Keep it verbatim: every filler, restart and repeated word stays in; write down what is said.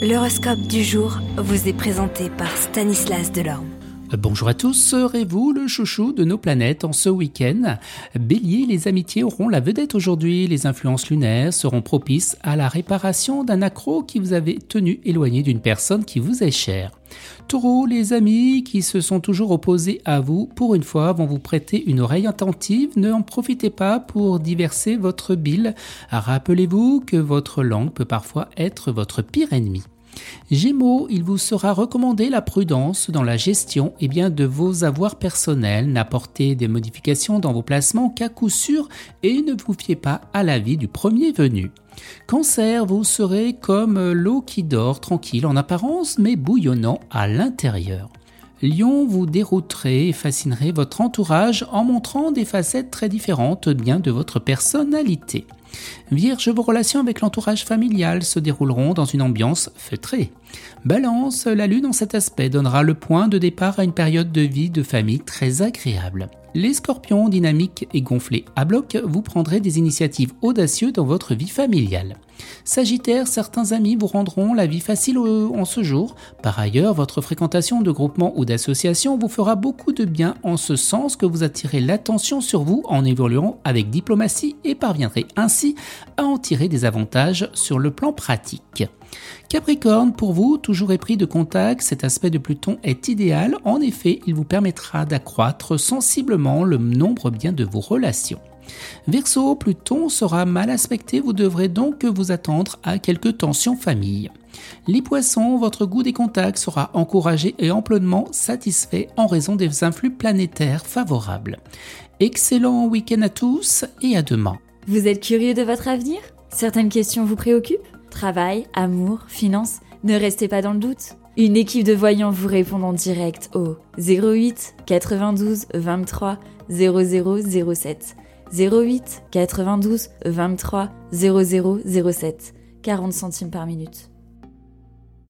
L'horoscope du jour vous est présenté par Stanislas Delorme. Bonjour à tous, serez-vous le chouchou de nos planètes en ce week-end ? Bélier, les amitiés auront la vedette aujourd'hui, les influences lunaires seront propices à la réparation d'un accroc qui vous avait tenu éloigné d'une personne qui vous est chère. Taureau, les amis qui se sont toujours opposés à vous, pour une fois, vont vous prêter une oreille attentive, ne en profitez pas pour diverser votre bile. Rappelez-vous que votre langue peut parfois être votre pire ennemi. Gémeaux, il vous sera recommandé la prudence dans la gestion eh bien, de vos avoirs personnels. N'apportez des modifications dans vos placements qu'à coup sûr et ne vous fiez pas à l'avis du premier venu. Cancer, vous serez comme l'eau qui dort tranquille en apparence mais bouillonnant à l'intérieur. Lion, vous dérouterez et fascinerez votre entourage en montrant des facettes très différentes bien de votre personnalité. Vierge, vos relations avec l'entourage familial se dérouleront dans une ambiance feutrée. Balance, la lune en cet aspect donnera le point de départ à une période de vie de famille très agréable. Les scorpions, dynamiques et gonflés à bloc, vous prendrez des initiatives audacieuses dans votre vie familiale. Sagittaire, certains amis vous rendront la vie facile en ce jour. Par ailleurs, votre fréquentation de groupements ou d'associations vous fera beaucoup de bien en ce sens que vous attirez l'attention sur vous en évoluant avec diplomatie et parviendrez ainsi à en tirer des avantages sur le plan pratique. Capricorne, pour vous, toujours épris de contact, cet aspect de Pluton est idéal. En effet, il vous permettra d'accroître sensiblement le nombre bien de vos relations. Verseau, Pluton sera mal aspecté, vous devrez donc vous attendre à quelques tensions famille. Les poissons, votre goût des contacts sera encouragé et amplement satisfait en raison des influx planétaires favorables. Excellent week-end à tous et à demain. Vous êtes curieux de votre avenir ? Certaines questions vous préoccupent ? Travail, amour, finances ? Ne restez pas dans le doute. Une équipe de voyants vous répond en direct au zéro huit quatre-vingt-douze vingt-trois zéro zéro zéro sept. zéro huit quatre-vingt-douze vingt-trois zéro zéro zéro sept. quarante centimes par minute.